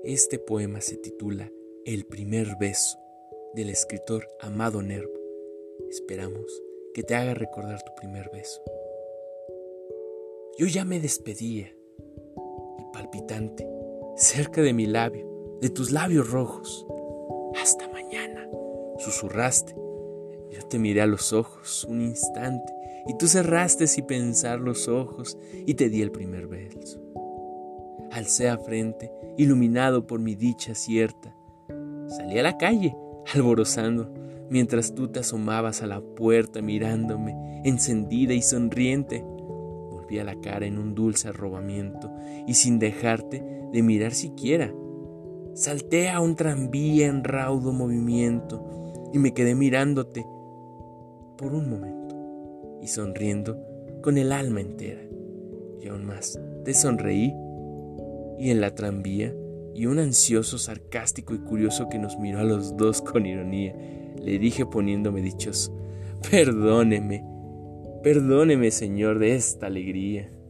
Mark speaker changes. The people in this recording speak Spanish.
Speaker 1: Este poema se titula El primer beso, del escritor Amado Nervo. Esperamos que te haga recordar tu primer beso. Yo ya me despedía, y palpitante, cerca de mi labio, de tus labios rojos. Hasta mañana, susurraste. Yo te miré a los ojos un instante, y tú cerraste sin pensar los ojos, y te di el primer beso. Alcé a frente, iluminado por mi dicha cierta. Salí a la calle, alborozando, mientras tú te asomabas a la puerta mirándome, encendida y sonriente. Volvía la cara en un dulce arrobamiento, y sin dejarte de mirar siquiera. Salté a un tranvía en raudo movimiento, y me quedé mirándote por un momento, y sonriendo con el alma entera. Y aún más, te sonreí. Y en la tranvía, y un ansioso, sarcástico y curioso que nos miró a los dos con ironía, le dije poniéndome dichoso: perdóneme, señor, de esta alegría.